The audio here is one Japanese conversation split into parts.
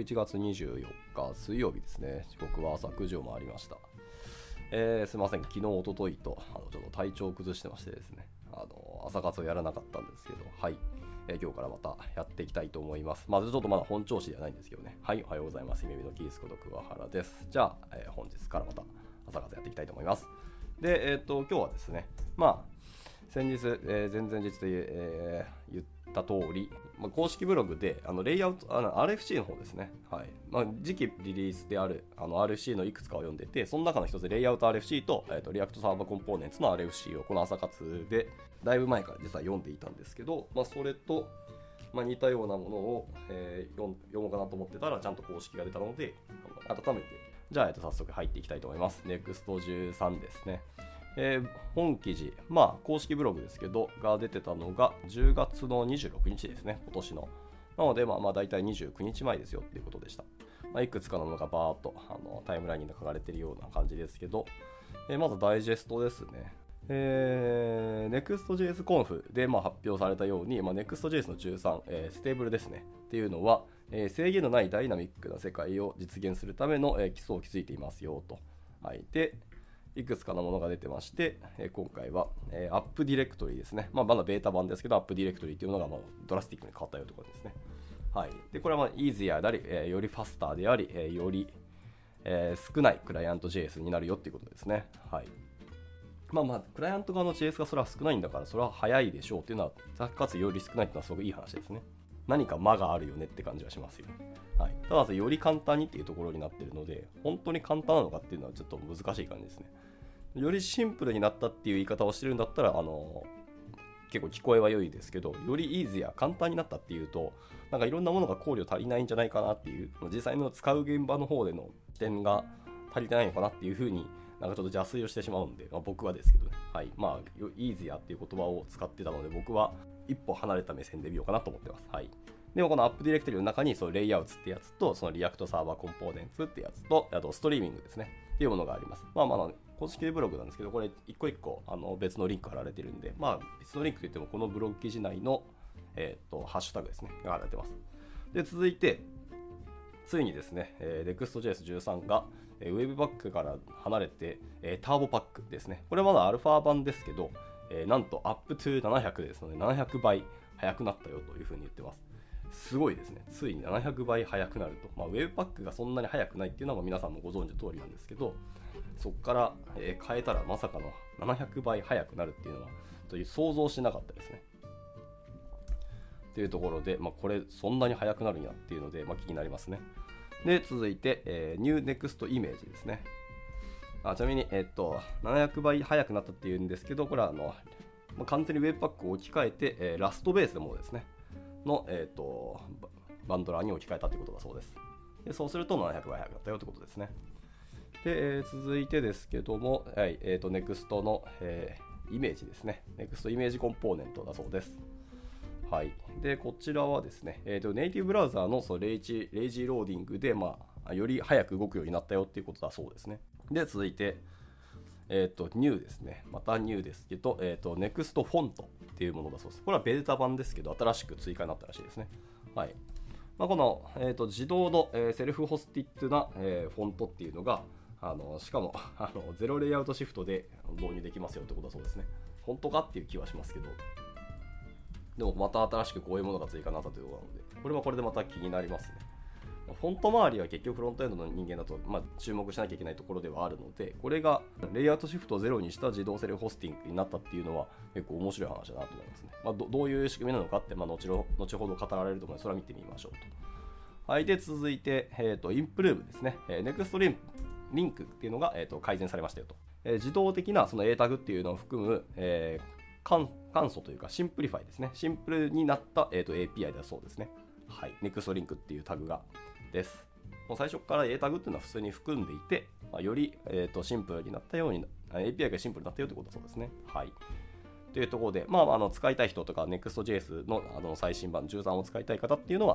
11月24日水曜日ですね。時刻は朝9時を回りました。すいません、昨日、おとといとちょっと体調を崩してましてですね、朝活をやらなかったんですけど、はい、今日からまたやっていきたいと思います。ちょっとまだ本調子ではないんですけどね。はい、おはようございます。夢見のキースこと桑原です。じゃあ、本日からまた朝活やっていきたいと思います。で、今日はですね、先日、前々日で、言った通り、公式ブログでレイアウトRFC の方ですね、はい次期リリースであるRFC のいくつかを読んでて、その中の一つレイアウト RFC と、リアクトサーバーコンポーネンツの RFC をこの朝活でだいぶ前から実は読んでいたんですけど、それと、似たようなものを、読もうかなと思ってたらちゃんと公式が出たので改めてじゃあ、早速入っていきたいと思います。 NEXT13 ですね。本記事、公式ブログですけどが出てたのが10月の26日ですね、今年の。なので、大体29日前ですよっていうことでした。いくつかのものがバーっとタイムラインに書かれているような感じですけど、まずダイジェストですね。Next.js コンフで発表されたように、Next.js の13、ステーブルですねっていうのは、制限のないダイナミックな世界を実現するための、基礎を築いていますよと。はい、でいくつかのものが出てまして、今回は、アップディレクトリですね。まだベータ版ですけど、アップディレクトリっていうのがドラスティックに変わったよということですね。はい、でこれはイージーであり、よりファスターであり、より、少ないクライアント JS になるよっていうことですね。はい、クライアント側の JS がそれは少ないんだから、それは早いでしょうっていうのは、かつより少ないっていうのはすごくいい話ですね。何か間があるよねって感じがしますよ。はい、ただ、より簡単にっていうところになっているので、本当に簡単なのかっていうのはちょっと難しい感じですね。よりシンプルになったっていう言い方をしてるんだったら、結構聞こえは良いですけど、よりイーズや簡単になったっていうと、なんかいろんなものが考慮足りないんじゃないかなっていう、実際の使う現場の方での視点が足りてないのかなっていうふうに、なんかちょっと邪推をしてしまうんで、僕はですけどね、はい、イーズやっていう言葉を使ってたので、僕は一歩離れた目線で見ようかなと思ってます。はい。でもこのアップディレクトリの中にレイアウトってやつと、そのリアクトサーバーコンポーネンツってやつと、あとストリーミングですねっていうものがあります。公式ブログなんですけど、これ一個一個別のリンク貼られてるんで、別のリンクといってもこのブログ記事内の、ハッシュタグですねが貼られてます。で続いてついにですね、Next.js13 が Webpack から離れて、ターボパックですね。これはまだアルファ版ですけど、なんと Up to 700ですので700倍速くなったよというふうに言ってます。すごいですね。ついに700倍速くなると。Webpack がそんなに速くないっていうのは皆さんもご存知の通りなんですけど、そこから、変えたらまさかの700倍速くなるっていうのは想像してなかったですね。っていうところで、これそんなに速くなるんやっていうので、気になりますね。で続いて、New Next Image ですね。ちなみに、700倍速くなったっていうんですけど、これは完全に Webpack を置き換えて、ラストベースのものですねの、バンドラーに置き換えたということだそうです。でそうすると700倍速くなったよということですね。で、続いてですけども、Next の、イメージですね。Next イメージコンポーネントだそうです。はい、でこちらはですね、ネイティブブラウザーのレイジーローディングで、より早く動くようになったよっていうことだそうですね。で続いて、ニューですね。またニューですけど、Next フォントっていうものだそうです。これはベータ版ですけど、新しく追加になったらしいですね。はい。この、自動の、セルフホスティッドな、フォントっていうのが、しかもゼロレイアウトシフトで導入できますよってことだそうですね。本当かっていう気はしますけど、でもまた新しくこういうものが追加になったということなので、これはこれでまた気になりますね。フォント周りは結局フロントエンドの人間だと、注目しなきゃいけないところではあるので、これがレイアウトシフトをゼロにした自動セルフホスティングになったっていうのは結構面白い話だなと思いますね。どういう仕組みなのかって、後ほど語られると思うので、それは見てみましょうと。はい、で続いて、インプルーブですね。Next リンクっていうのが、改善されましたよと。自動的なその A タグっていうのを含む、簡素というかシンプリファイですね。シンプルになった、API だそうですね。はい、Next リンクっていうタグがです。もう最初から A タグっていうのは普通に含んでいて、より、シンプルになったように API がシンプルになったよということだそうですね。はい。というところで、使いたい人とか Next.js の、最新版13を使いたい方っていうのは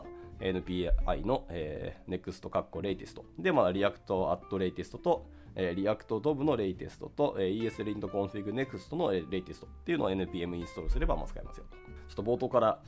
NPI の、Next（Latest） で、React@Latest と、React.Dov の Latest と、ESLint.config Next の Latest っていうのを NPM インストールすれば使えますよと。ちょっと冒頭から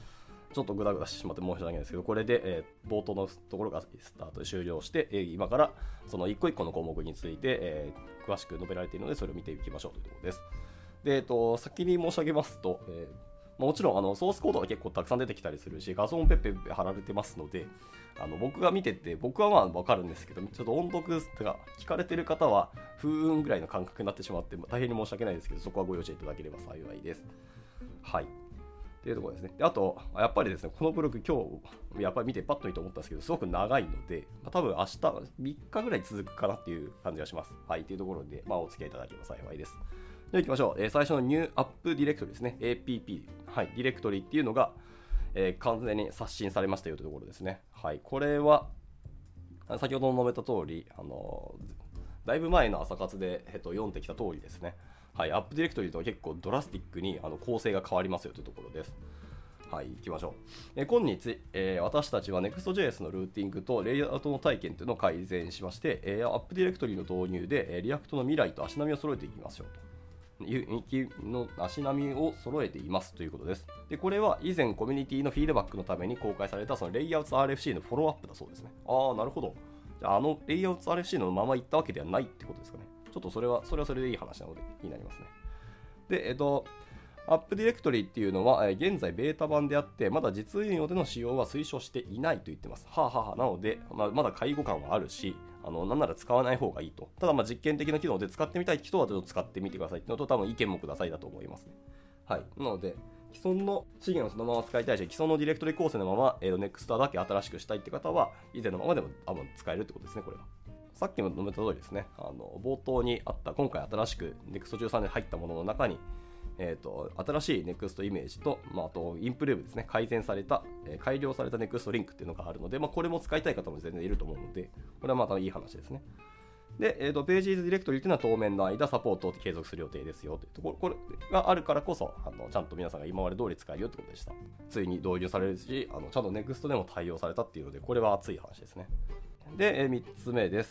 ちょっとグダグダしてしまって申し訳ないですけど、これで、冒頭のところがスタートで終了して、今からその一個一個の項目について、詳しく述べられているので、それを見ていきましょうというところです。で、先に申し上げますと、もちろんソースコードが結構たくさん出てきたりするし、画像もペッペッペ貼られてますので、僕が見てて、僕はまあ分かるんですけど、ちょっと音読が聞かれてる方は、不運ぐらいの感覚になってしまって、大変に申し訳ないですけど、そこはご容赦いただければ幸いです。はい。っていうところですね。で、あと、やっぱりですね、このブログ今日、やっぱり見てパッと見て思ったんですけど、すごく長いので、多分明日3日ぐらい続くかなっていう感じがします。はい。っていうところで、お付き合いいただければ幸いです。では行きましょう。最初のニューアップディレクトリですね。APP。はい。ディレクトリっていうのが、完全に刷新されましたよというところですね。はい。これは、先ほど述べた通り、だいぶ前の朝活で、読んできた通りですね。はい。アップディレクトリとは結構ドラスティックに構成が変わりますよというところです。はい。行きましょう。今日、私たちは Next.js のルーティングとレイアウトの体験というのを改善しまして、アップディレクトリの導入で、リアクトの未来と足並みを揃えていきますよと。の足並みを揃えていますということです。で、これは以前コミュニティのフィードバックのために公開されたそのレイアウト RFC のフォローアップだそうですね。なるほど。じゃあ、レイアウト RFC のまま行ったわけではないってことですかね。ちょっとそれはそれでいい話なのでになりますね。で、アップディレクトリっていうのは、現在ベータ版であって、まだ実運用での使用は推奨していないと言ってます。なので、まだ介護感はあるし、なんなら使わない方がいいと。ただ、実験的な機能で使ってみたい人はちょっと使ってみてくださいっていうのと、多分意見もくださいだと思いますね。はい。なので、既存の資源をそのまま使いたいし、既存のディレクトリ構成のまま、Next だけ新しくしたいって方は、以前のままでも多分使えるってことですね、これは。さっきも述べた通りですね、冒頭にあった、今回新しく Next13 で入ったものの中に、新しい NEXT イメージと、あとインプルーブですね、改善された、改良された NEXT リンクっていうのがあるので、これも使いたい方も全然いると思うので、これはまたいい話ですね。で、Pages Directory というのは当面の間サポートを継続する予定ですよというところ、これがあるからこそ、ちゃんと皆さんが今まで通り使えるよってことでした。ついに導入されるし、ちゃんと NEXT でも対応されたっていうので、これは熱い話ですね。で、3つ目です。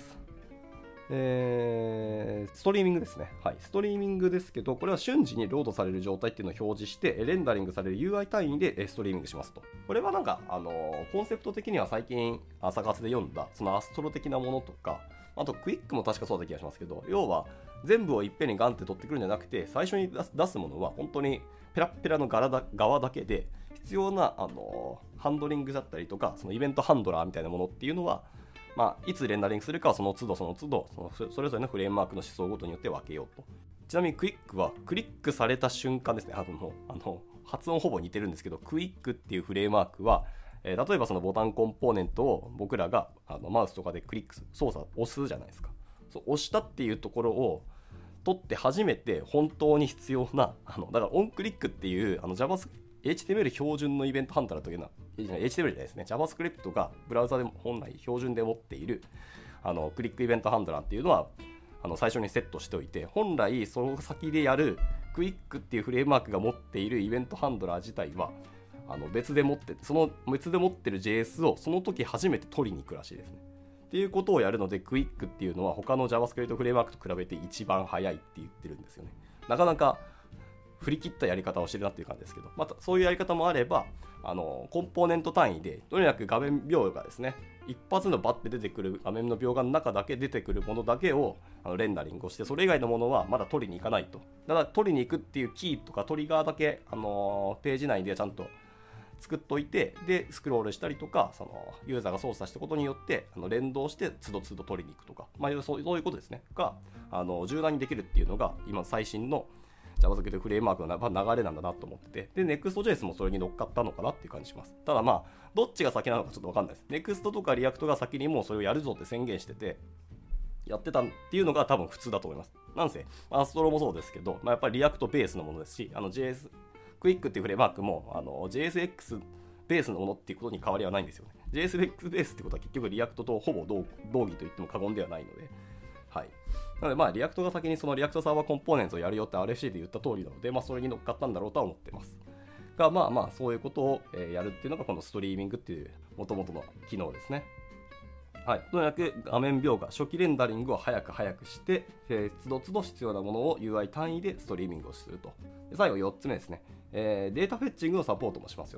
ストリーミングですね。はい。ストリーミングですけど、これは瞬時にロードされる状態っていうのを表示して、レンダリングされる UI 単位でストリーミングしますと。これはなんか、コンセプト的には最近朝活で読んだ、そのアストロ的なものとか、あとクイックも確かそうだった気がしますけど、要は全部をいっぺんにガンって取ってくるんじゃなくて、最初に出すものは本当にペラッペラの側だけで、必要なハンドリングだったりとか、そのイベントハンドラーみたいなものっていうのは、いつレンダリングするかはその都度それぞれのフレームワークの思想ごとによって分けようと。ちなみにクイックはクリックされた瞬間ですね。発音ほぼ似てるんですけど、クイックっていうフレームワークは、例えばそのボタンコンポーネントを僕らがマウスとかでクリック操作押すじゃないですか。そう押したっていうところを取って初めて本当に必要なだからオンクリックっていうHTML 標準のイベントハンドラーというのは HTML じゃないですね。JavaScript がブラウザで本来標準で持っているクリックイベントハンドラーっていうのは最初にセットしておいて、本来その先でやるクイックっていうフレームワークが持っているイベントハンドラー自体は別で持ってる JS をその時初めて取りに行くらしいですね。っていうことをやるので、クイックっていうのは他の JavaScript フレームワークと比べて一番早いって言ってるんですよね。なかなか振り切ったやり方をしてるなっていう感じですけど、またそういうやり方もあれば、コンポーネント単位でとにかく画面描画ですね、一発のバッて出てくる画面の描画の中だけ出てくるものだけをレンダリングをして、それ以外のものはまだ取りに行かないと。だから取りに行くっていうキーとかトリガーだけ、ページ内でちゃんと作っといて、でスクロールしたりとか、そのユーザーが操作したことによって連動して都度都度取りに行くとか、そういうことですねが柔軟にできるっていうのが今最新の JavaScript フレームワークの流れなんだなと思ってて、で Next.js もそれに乗っかったのかなっていう感じします。ただどっちが先なのかちょっと分かんないです。 Next とか React が先にもうそれをやるぞって宣言しててやってたっていうのが多分普通だと思います。なんせアストロもそうですけど、やっぱり React ベースのものですし、JS クイックっていうフレームワークもJSX ベースのものっていうことに変わりはないんですよね。JSX ベースってことは結局 React とほぼ同義と言っても過言ではないので、はい。なのでReact が先にその React サーバーコンポーネンツをやるよって RFC で言った通りなので、それに乗っかったんだろうとは思ってます。が、そういうことをやるっていうのがこのストリーミングっていう元々の機能ですね。はい、とにかく画面描画、初期レンダリングを早くして、都度都度必要なものを UI 単位でストリーミングをすると。で最後4つ目ですね、データフェッチングのサポートもしますよと。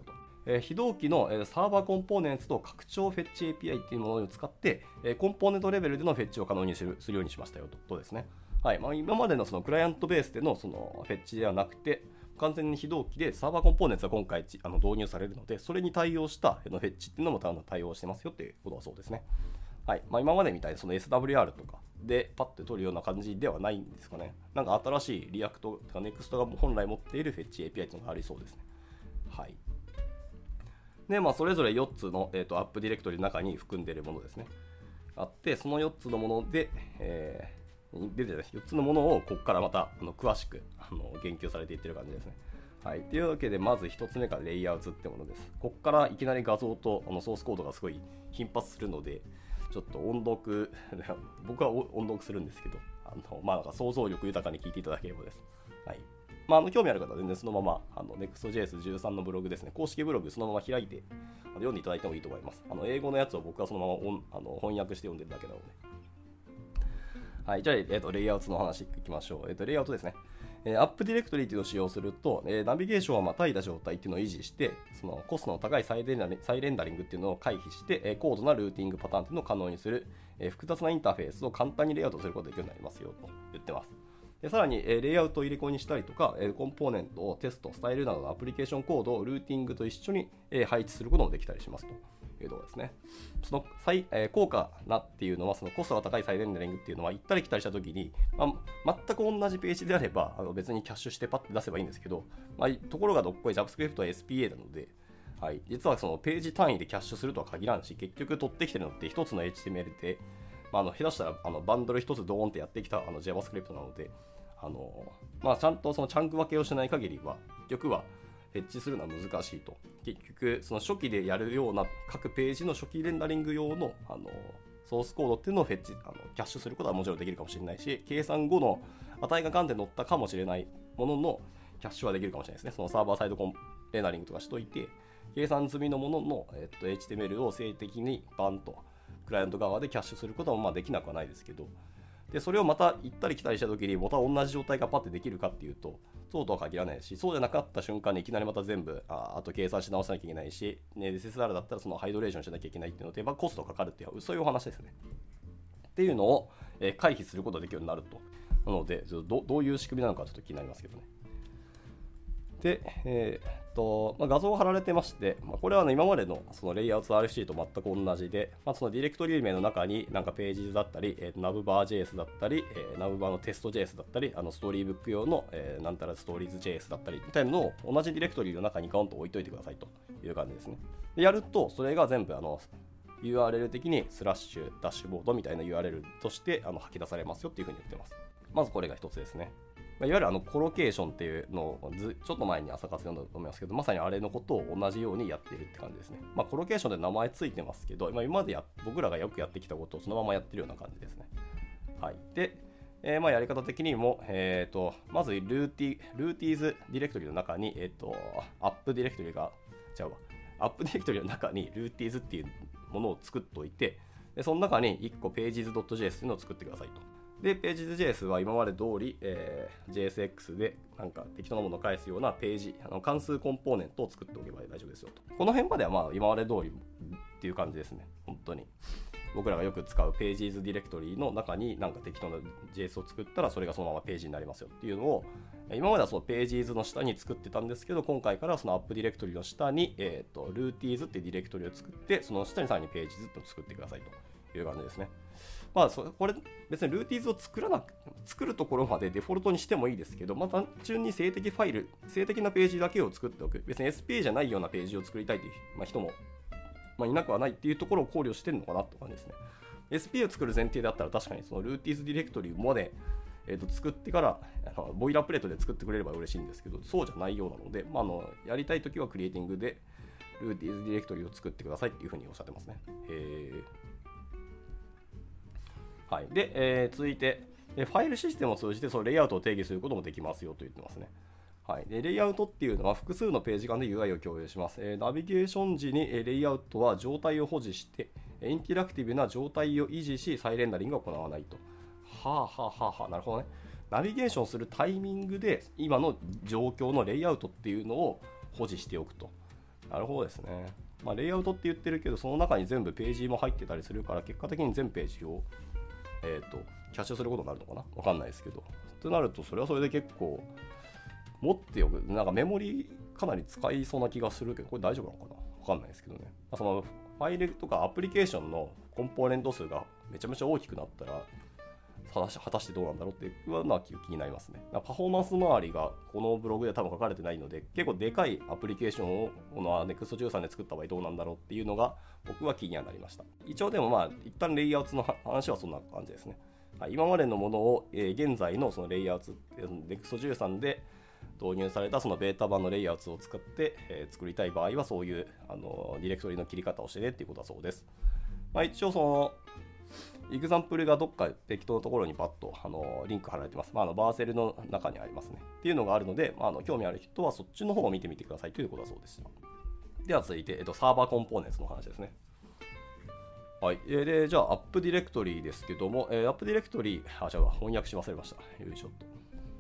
非同期のサーバーコンポーネンツと拡張フェッチ API っていうものを使って、コンポーネントレベルでのフェッチを可能にするようにしましたよということですね。はい。今までのそのクライアントベースでのそのフェッチではなくて、完全に非同期でサーバーコンポーネンツが今回導入されるので、それに対応したフェッチっていうのも対応してますよっていうことはそうですね。はい。今までみたいにその SWR とかでパッと取るような感じではないんですかね。なんか新しいリアクトとか NEXT が本来持っているフェッチ API っていうのがありそうですね。はい。で、それぞれ4つの、アップディレクトリの中に含んでいるものですね。あって、その4つのもので、4つのものをここからまた詳しく言及されていってる感じですね。はい。というわけで、まず1つ目がレイアウトってものです。ここからいきなり画像とソースコードがすごい頻発するので、ちょっと音読、僕は音読するんですけど、なんか想像力豊かに聞いていただければです。はい。興味ある方は全然そのままNext.js13 のブログですね、公式ブログそのまま開いて読んでいただいてもいいと思います。英語のやつを僕はそのまま翻訳して読んでるだけなので。はい、じゃあ、レイアウトの話いきましょう。レイアウトですね。アップディレクトリっていうのを使用すると、ナビゲーションはまたいだ状態っていうのを維持して、そのコストの高い再レンダリングっていうのを回避して、高度なルーティングパターンっていうのを可能にする、複雑なインターフェースを簡単にレイアウトすることができるようになりますよと言ってます。でさらに、レイアウトを入れ子にしたりとか、コンポーネントをテスト、スタイルなどのアプリケーションコードをルーティングと一緒に、配置することもできたりしますというところですね。その高価なっていうのは、そのコストが高い再レンダリングっていうのは、行ったり来たりしたときに、全く同じページであれば、別にキャッシュしてパッて出せばいいんですけど、ところがどっこい JavaScript は SPA なので、はい、実はそのページ単位でキャッシュするとは限らんし、結局取ってきてるのって一つの HTML で、下手したらバンドル一つドーンってやってきたJavaScript なので、ちゃんとそのチャンク分けをしない限りは、結局はフェッチするのは難しいと。結局、その初期でやるような各ページの初期レンダリング用の、ソースコードっていうのをフェッチ、キャッシュすることはもちろんできるかもしれないし、計算後の値がガンで乗ったかもしれないもののキャッシュはできるかもしれないですね。そのサーバーサイドレンダリングとかしといて、計算済みのものの、HTML を静的にバンとクライアント側でキャッシュすることはできなくはないですけど、でそれをまた行ったり来たりしたときにまた同じ状態がパッてできるかっていうと、そうとは限らないし、そうじゃなかった瞬間にいきなりまた全部あと計算し直さなきゃいけないし、SSR だったらそのハイドレーションしなきゃいけないっていうので、コストかかるっていう、そういうお話ですね。っていうのを回避することができるようになると。なので、どういう仕組みなのかちょっと気になりますけどね。で、画像が貼られてまして、これは、今までのそのレイアウト RFC と全く同じで、そのディレクトリ名の中になんかページズだったり、navbar.js だったり、navbar のテスト JS だったり、ストーリーブック用の、なんたらストーリーズ JS だったりみたいなのを同じディレクトリの中にガンと置いといてくださいという感じですね。でやると、それが全部URL 的にスラッシュダッシュボードみたいな URL として吐き出されますよっていうふうに言ってます。まずこれが一つですね。いわゆるコロケーションっていうのをちょっと前に朝活読んだと思いますけど、まさにあれのことを同じようにやっているって感じですね。コロケーションで名前ついてますけど、今まで僕らがよくやってきたことをそのままやってるような感じですね。はい。で、やり方的にも、まずルーティーズディレクトリの中に、アップディレクトリの中にルーティーズっていうものを作っておいて、でその中に1個 pages.js っていうのを作ってくださいと。で、pages.js は今まで通り、JSX でなんか適当なものを返すようなページ、関数コンポーネントを作っておけば大丈夫ですよと。この辺までは今まで通りっていう感じですね。本当に。僕らがよく使う pages ディレクトリの中になんか適当な JS を作ったらそれがそのままページになりますよっていうのを、今まではその pages の下に作ってたんですけど、今回からそのアップディレクトリの下に、rooties っていうディレクトリを作って、その下にさらに pages ってを作ってくださいという感じですね。これ別にルーティーズを作るところまでデフォルトにしてもいいですけど、単純に静的ファイル、静的なページだけを作っておく。別に SPA じゃないようなページを作りたいという、人も、いなくはないっていうところを考慮してるのかなって感じですね。SPA を作る前提であったら確かにそのルーティーズディレクトリまで、作ってからボイラープレートで作ってくれれば嬉しいんですけど、そうじゃないようなので、やりたいときはクリエイティングでルーティーズディレクトリを作ってくださいっていうふうにおっしゃってますね。はい。で、続いて、ファイルシステムを通じてそのレイアウトを定義することもできますよと言ってますね。はい。で、レイアウトっていうのは複数のページ間で UI を共有します。ナビゲーション時にレイアウトは状態を保持して、インタラクティブな状態を維持し、再レンダリングを行わないと。なるほどね。ナビゲーションするタイミングで今の状況のレイアウトっていうのを保持しておくと。 なるほどですね。レイアウトって言ってるけど、その中に全部ページも入ってたりするから、結果的に全ページを、キャッシュすることになるのかな、わかんないですけど。となると、それはそれで結構、持っておく、なんかメモリかなり使いそうな気がするけど、これ大丈夫なのかな、わかんないですけどね。そのファイルとかアプリケーションのコンポーネント数がめちゃめちゃ大きくなったら、果たしてどうなんだろうっていうのは気になりますね。パフォーマンス周りがこのブログで多分書かれてないので、結構でかいアプリケーションをこの Next13 で作った場合どうなんだろうっていうのが僕は気にはなりました。一応でも一旦レイアウトの話はそんな感じですね。今までのものを、現在のそのレイアウト Next13 で導入されたそのベータ版のレイアウトを使って、作りたい場合はそういうディレクトリの切り方をしてねっていうことだそうです。一応そのエグザンプルがどっか適当なところにパッとリンク貼られてます。バーセルの中にありますね。っていうのがあるので、興味ある人はそっちの方を見てみてくださいということだそうです。では続いて、サーバーコンポーネンツの話ですね。はい。で、じゃあ、アップディレクトリですけども、アップディレクトリ、翻訳し忘れました。よいしょっと。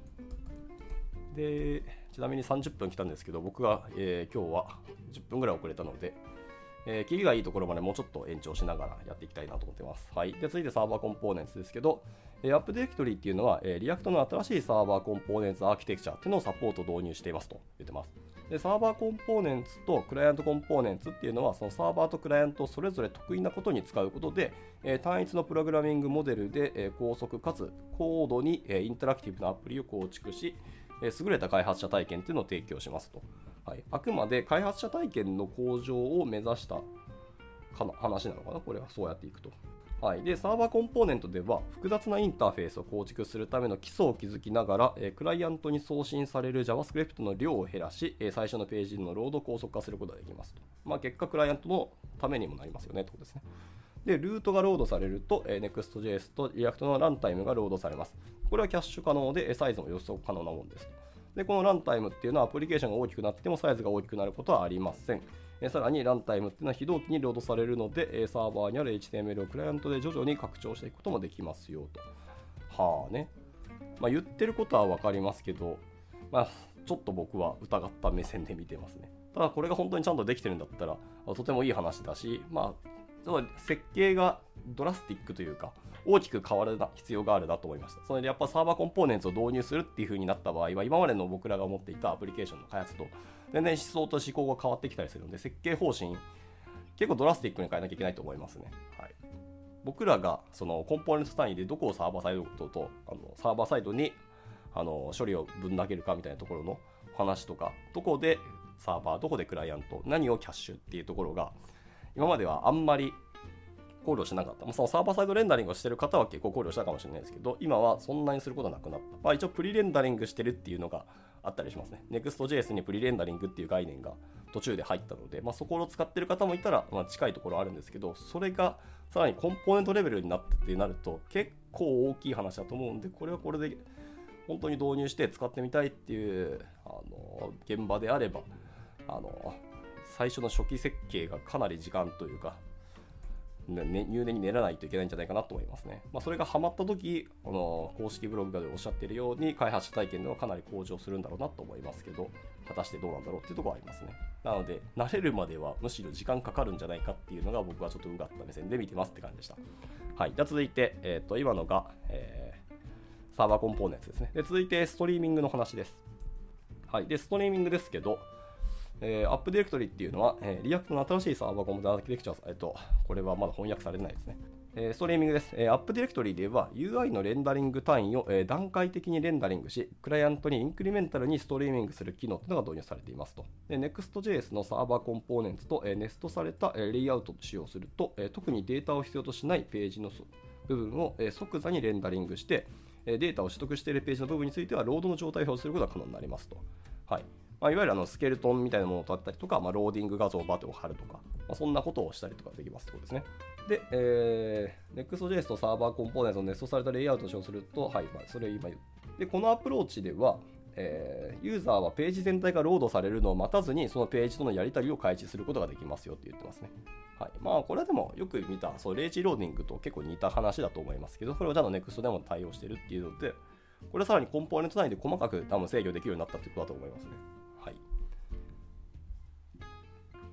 で、ちなみに30分来たんですけど、僕が、今日は10分ぐらい遅れたので、切りがいいところまでもうちょっと延長しながらやっていきたいなと思ってます。はい。で、続いてサーバーコンポーネンツですけど、アップディレクトリっていうのは、リアクトの新しいサーバーコンポーネンツアーキテクチャっていうのをサポート導入していますと言ってます。で、サーバーコンポーネンツとクライアントコンポーネンツっていうのは、そのサーバーとクライアントをそれぞれ得意なことに使うことで、単一のプログラミングモデルで、高速かつ高度に、インタラクティブなアプリを構築し、優れた開発者体験っていうのを提供しますと。はい、あくまで開発者体験の向上を目指した話なのかな、これはそうやっていくと。はい、でサーバーコンポーネントでは複雑なインターフェースを構築するための基礎を築きながら、クライアントに送信される JavaScript の量を減らし、最初のページのロードを高速化することができますと。結果クライアントのためにもなりますよねということですね。で、ルートがロードされると、Next.js と React のランタイムがロードされます。これはキャッシュ可能で、サイズも予測可能なものです。で、このランタイムっていうのはアプリケーションが大きくなってもサイズが大きくなることはありません。さらにランタイムっていうのは非同期にロードされるので、サーバーにある HTML をクライアントで徐々に拡張していくこともできますよと。はあね。言ってることは分かりますけど、ちょっと僕は疑った目線で見てますね。ただこれが本当にちゃんとできてるんだったら、とてもいい話だし、設計がドラスティックというか大きく変わる必要があるなと思いました。それでやっぱサーバーコンポーネンツを導入するっていう風になった場合は、今までの僕らが持っていたアプリケーションの開発と全然思想と思考が変わってきたりするので、設計方針結構ドラスティックに変えなきゃいけないと思いますね。はい、僕らがそのコンポーネント単位でどこをサーバーサイドとサーバーサイドに処理をぶん投げるかみたいなところの話とか、どこでサーバーどこでクライアント何をキャッシュっていうところが今まではあんまり考慮しなかった。そのサーバーサイドレンダリングをしている方は結構考慮したかもしれないですけど、今はそんなにすることなくなった。一応プリレンダリングしてるっていうのがあったりしますね。Next.js にプリレンダリングっていう概念が途中で入ったので、そこを使ってる方もいたら、近いところあるんですけど、それがさらにコンポーネントレベルになってってなると結構大きい話だと思うんで、これはこれで本当に導入して使ってみたいっていう現場であれば、最初の初期設計がかなり時間というか入念に練らないといけないんじゃないかなと思いますね。それがハマった時、公式ブログでおっしゃっているように開発者体験ではかなり向上するんだろうなと思いますけど、果たしてどうなんだろうっていうところはありますね。なので慣れるまではむしろ時間かかるんじゃないかっていうのが僕はちょっとうがった目線で見てますって感じでした。はい。じゃあ続いて、今のが、サーバーコンポーネンツですね。で続いてストリーミングの話です。はい。でストリーミングですけど、アップディレクトリっていうのは、リアクトの新しいサーバーコンポーネントアーキテクチャ、これはまだ翻訳されてないですね。ストリーミングです。アップディレクトリでは UI のレンダリング単位を、段階的にレンダリングし、クライアントにインクリメンタルにストリーミングする機能というのが導入されていますと。で Next.js のサーバーコンポーネンツと、ネストされた、レイアウトを使用すると、特にデータを必要としないページの部分を、即座にレンダリングして、データを取得しているページの部分についてはロードの状態を表示することが可能になりますと。はい。いわゆるスケルトンみたいなものだったりとか、ローディング画像をバッと貼るとか、そんなことをしたりとかできますということですね。で、Next.js とサーバーコンポーネントをネストされたレイアウトを使用すると、はい、それ今言う。で、このアプローチでは、ユーザーはページ全体がロードされるのを待たずに、そのページとのやり取りを開始することができますよって言ってますね。はい。これはでもよく見た、レイジローディングと結構似た話だと思いますけど、それをちゃんと Next でも対応してるっていうので、これはさらにコンポーネント内で細かく多分制御できるようになったということだと思いますね。はい。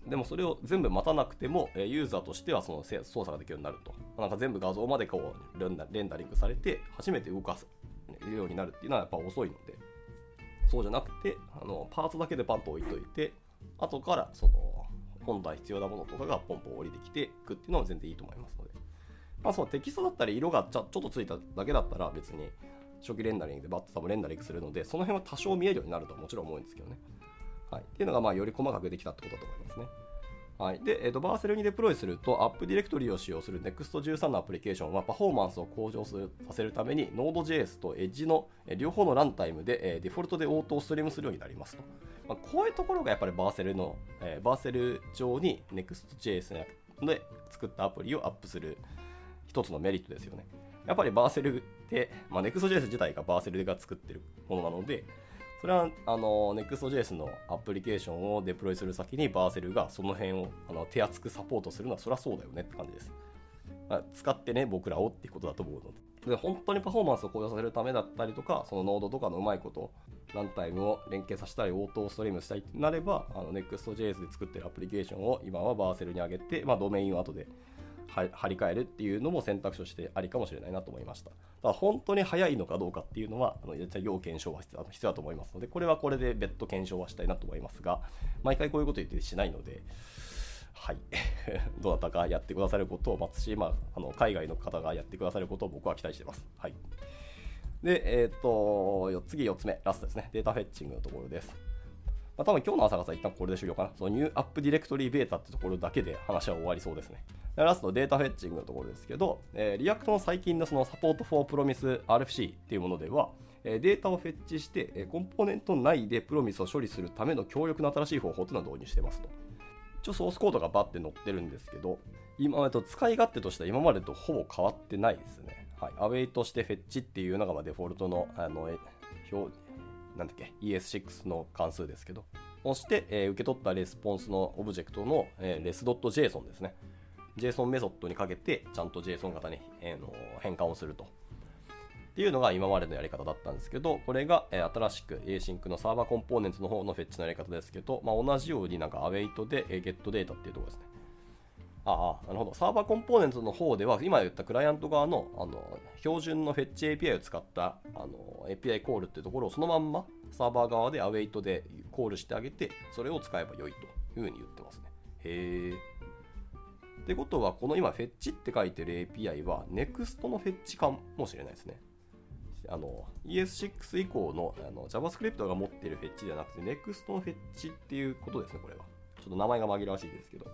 でもそれを全部待たなくても、ユーザーとしてはその操作ができるようになると。なんか全部画像までこうレンダリングされて初めて動かすようになるっていうのはやっぱ遅いので、そうじゃなくてパーツだけでパンと置いといて、後からその本来必要なものとかがポンポン降りてきていくっていうのは全然いいと思いますので、そのテキストだったり色がちょっとついただけだったら別に初期レンダリングでバッと多分レンダリングするので、その辺は多少見えるようになるとはもちろん思うんですけどね。はい、っていうのがより細かくできたってことだと思いますね。はい、で、バーセルにデプロイすると、アップディレクトリを使用する Next13 のアプリケーションはパフォーマンスを向上させるために Node.js と Edge の両方のランタイムでデフォルトでオートをストリームするようになりますと。こういうところがやっぱりバーセル上に Next.js で作ったアプリをアップする一つのメリットですよね。やっぱりバーセルって、Next.js 自体がバーセルが作ってるものなので、それはNext.js のアプリケーションをデプロイする先にバーセルがその辺を手厚くサポートするのはそりゃそうだよねって感じです。使ってね僕らをっていうことだと思うので、本当にパフォーマンスを向上させるためだったりとか、そのノードとかのうまいことランタイムを連携させたりオートストリームしたいってなればNext.js で作ってるアプリケーションを今はバーセルに上げて、ドメインを後で張り替えるっていうのも選択肢としてありかもしれないなと思いました。だから本当に早いのかどうかっていうのは要検証は必要だと思いますので、これはこれで別途検証はしたいなと思いますが、毎回こういうこと言ってしないので、はいどなたかやってくださることを待つし、海外の方がやってくださることを僕は期待しています。はい。で、次4つ目、ラストですね。データフェッチングのところです。多分今日の朝方一旦これで終了かな。そのニューアップディレクトリベータってところだけで話は終わりそうですね。ラストデータフェッチングのところですけど、リアクトの最近のそのサポートフォープロミス RFC っていうものでは、データをフェッチしてコンポーネント内でプロミスを処理するための強力な新しい方法というのを導入してますと。一応ソースコードがバッて載ってるんですけど、使い勝手としては今までとほぼ変わってないですね。はい、アウェイとしてフェッチっていうのがデフォルトのES6 の関数ですけど、そして、受け取ったレスポンスのオブジェクトの、res.json ですね。JSON メソッドにかけてちゃんと JSON 型に、変換をすると。っていうのが今までのやり方だったんですけど、これが、新しく Async のサーバーコンポーネンツの方のフェッチのやり方ですけど、同じようにawait で get データっていうところですね。なるほど。サーバーコンポーネンツの方では、今言ったクライアント側の、標準のフェッチ API を使った、API コールっていうところをそのまんまサーバー側で await でコールしてあげて、それを使えば良いというふうに言ってますね。へー。ってことは、この今、フェッチって書いてる API は NEXT のフェッチかもしれないですね。ES6 以降のJavaScript が持っているフェッチではなくて NEXT のフェッチっていうことですね、これは。ちょっと名前が紛らわしいですけど。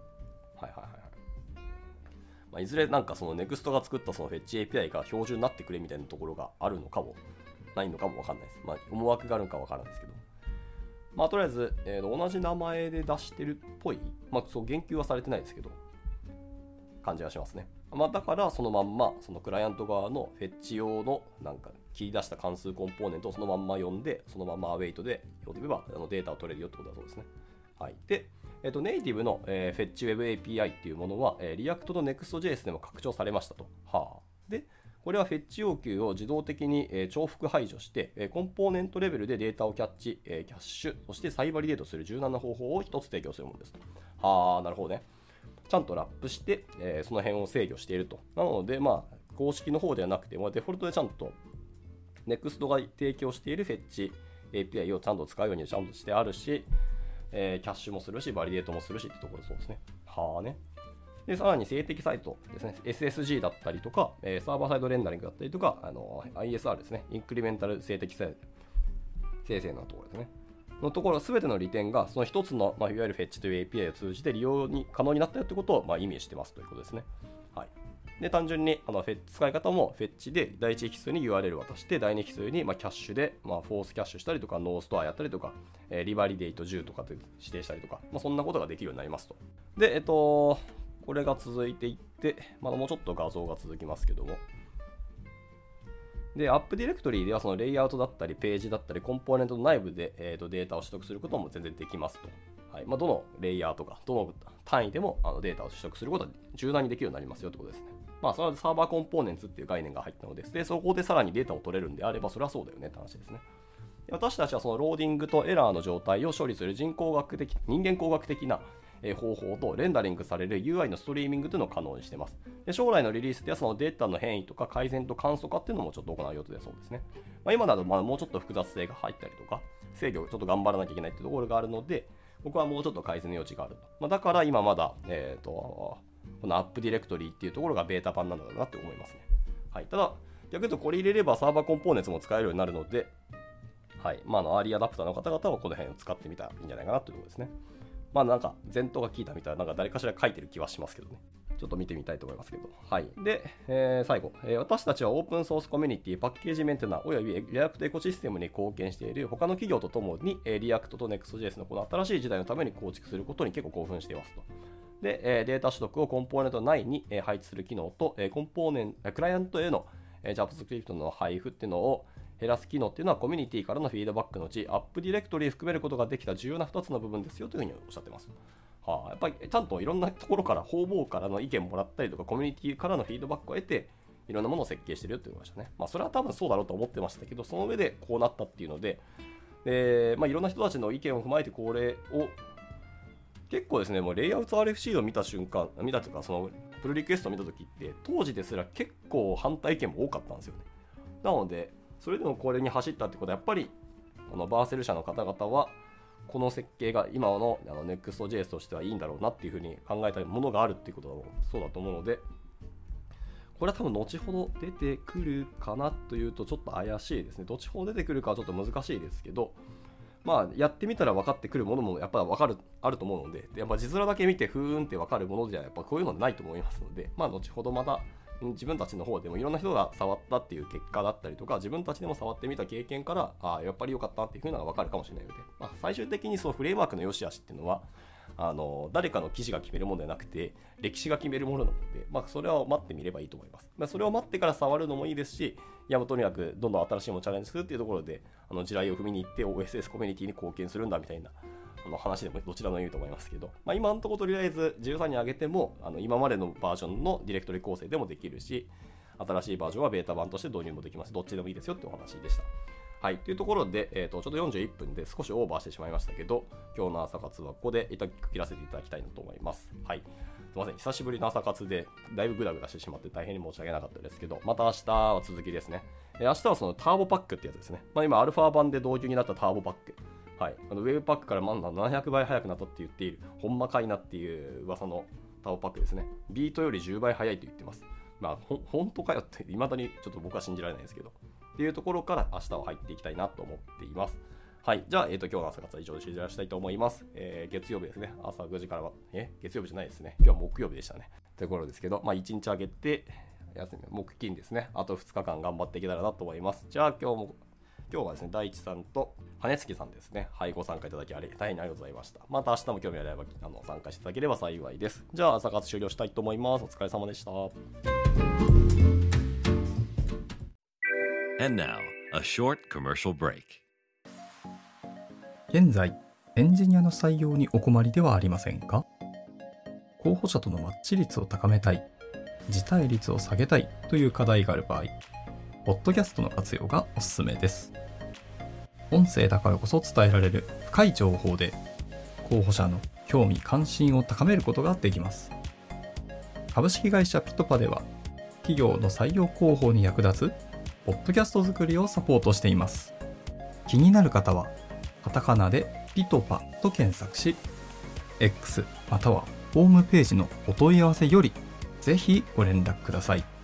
いずれなんかその NEXT が作ったそのフェッチ API が標準になってくれみたいなところがあるのかもないのかもわかんないです。思惑があるのかわからないですけど。とりあえず、同じ名前で出してるっぽい。そう言及はされてないですけど、感じがしますね。だからそのまんまそのクライアント側のフェッチ用のなんか切り出した関数コンポーネントをそのまんま読んで、そのまんまアウェイトで呼べばデータを取れるよってことだそうですね。はい。で、ネイティブの、フェッチ Web API っていうものは、リアクトと Next.js でも拡張されましたと。で、これはフェッチ要求を自動的に、重複排除して、コンポーネントレベルでデータをキャッチ、キャッシュ、そして再バリデートする柔軟な方法を一つ提供するものですと。なるほどね。ちゃんとラップして、その辺を制御していると。なので、公式の方ではなくて、デフォルトでちゃんと NEXT が提供しているフェッチ API をちゃんと使うようにちゃんとしてあるし、キャッシュもするし、バリデートもするしってところそうですね。で、さらに静的サイトですね。SSG だったりとか、サーバーサイドレンダリングだったりとか、ISR ですね。インクリメンタル静的生成のところですね。のところ、すべての利点が、その一つの、いわゆるフェッチという API を通じて利用に可能になったよということを、意味してますということですね。で、単純に使い方もフェッチで第1引数に URL を渡して、第2引数にキャッシュで、フォースキャッシュしたりとか、ノーストアやったりとか、リバリデート10とかで指定したりとか、そんなことができるようになりますと。で、これが続いていって、もうちょっと画像が続きますけども。で、アップディレクトリではそのレイアウトだったり、ページだったり、コンポーネントの内部で、データを取得することも全然できますと。どのレイヤーとか、どの単位でもデータを取得することは柔軟にできるようになりますよということですね。それはサーバーコンポーネンツっていう概念が入ったのです。で、そこでさらにデータを取れるんであれば、それはそうだよねって話ですね。私たちはそのローディングとエラーの状態を処理する人間工学的な方法とレンダリングされる UI のストリーミングというのを可能にしています。で将来のリリースではそのデータの変異とか改善と簡素化っていうのもちょっと行う予定だそうですね。今だともうちょっと複雑性が入ったりとか制御をちょっと頑張らなきゃいけないっていうところがあるので、僕はもうちょっと改善の余地があると。だから今まだ、このアップディレクトリーっていうところがベータ版なんだろうなって思いますね。はい、ただ逆に言うとこれ入れればサーバーコンポーネンツも使えるようになるので、はい、アーリーアダプターの方々はこの辺を使ってみたらいいんじゃないかなというところですね。なんか前頭が効いたみたいな、なんか誰かしら書いてる気はしますけどね。ちょっと見てみたいと思いますけど。はい。で、最後、私たちはオープンソースコミュニティ、パッケージメンテナーおよびリアクトエコシステムに貢献している他の企業とともに、リアクトと Next.js のこの新しい時代のために構築することに結構興奮していますと。で、データ取得をコンポーネント内に配置する機能と、クライアントへの JavaScript の配布っていうのを減らす機能っていうのはコミュニティからのフィードバックのうちアップディレクトリ含めることができた重要な2つの部分ですよというふうにおっしゃってます。やっぱりちゃんといろんなところから方々からの意見もらったりとかコミュニティからのフィードバックを得ていろんなものを設計してるよって言いましたね。それは多分そうだろうと思ってましたけど、その上でこうなったっていうので、いろんな人たちの意見を踏まえてこれを結構ですね、もうレイアウト RFC を見た瞬間、見たというかそのプルリクエストを見たときって当時ですら結構反対意見も多かったんですよね。なのでそれでもこれに走ったってことはやっぱりバーセル社の方々はこの設計が今のNext.js としてはいいんだろうなっていうふうに考えたものがあるっていうこともそうだと思うので、これは多分後ほど出てくるかなというとちょっと怪しいですね。後ほど出てくるかはちょっと難しいですけど、やってみたら分かってくるものもやっぱりあると思うので、やっぱ字面だけ見てふーんって分かるものじゃやっぱこういうのないと思いますので、後ほどまた自分たちの方でもいろんな人が触ったっていう結果だったりとか、自分たちでも触ってみた経験からやっぱり良かったっていう風なのが分かるかもしれないので、最終的にそのフレームワークの良し悪しっていうのは誰かの記事が決めるものではなくて歴史が決めるものなので、それは待ってみればいいと思います。それを待ってから触るのもいいですし、とにかくどんどん新しいものをチャレンジするっていうところで地雷を踏みに行って OSS コミュニティに貢献するんだみたいな話でもどちらもいいと思いますけど、今のところとりあえず13に上げても今までのバージョンのディレクトリ構成でもできるし、新しいバージョンはベータ版として導入もできます。どっちでもいいですよってお話でした。はい、というところで、ちょっと41分で少しオーバーしてしまいましたけど、今日の朝活はここで一旦切らせていただきたいなと思います。はい、すいません、久しぶりの朝活でだいぶグダグダしてしまって大変に申し訳なかったですけど、また明日は続きですね。明日はそのターボパックってやつですね。今アルファ版で導入になったターボパック。はい、ウェブパックから700倍速くなったって言っている、ほんまかいなっていう噂のターボパックですね。ビートより10倍速いと言ってます。本当かよって未だにちょっと僕は信じられないですけど、っていうところから明日は入っていきたいなと思っています。はい、じゃあ、今日の朝活は以上で終了したいと思います。月曜日ですね、朝9時からは、月曜日じゃないですね、今日は木曜日でしたね。というところですけど、1日上げて、休み、木金ですね、あと2日間頑張っていけたらなと思います。じゃあ、今日はですね、大地さんと羽月さんですね、はい、ご参加いただき大変ありがとうございました。また明日も興味あれば参加していただければ幸いです。じゃあ、朝活終了したいと思います。お疲れ様でした。 And now, a short commercial break. 現在、エンジニアの採用にお困りではありませんか？候補者とのマッチ率を高めたい、辞退率を下げたいという課題がある場合、ポッドキャストの活用がおすすめです。音声だからこそ伝えられる深い情報で、候補者の興味関心を高めることができます。株式会社ピトパでは、企業の採用広報に役立つポッドキャスト作りをサポートしています。気になる方は、カタカナでピトパと検索し、X またはホームページのお問い合わせよりぜひご連絡ください。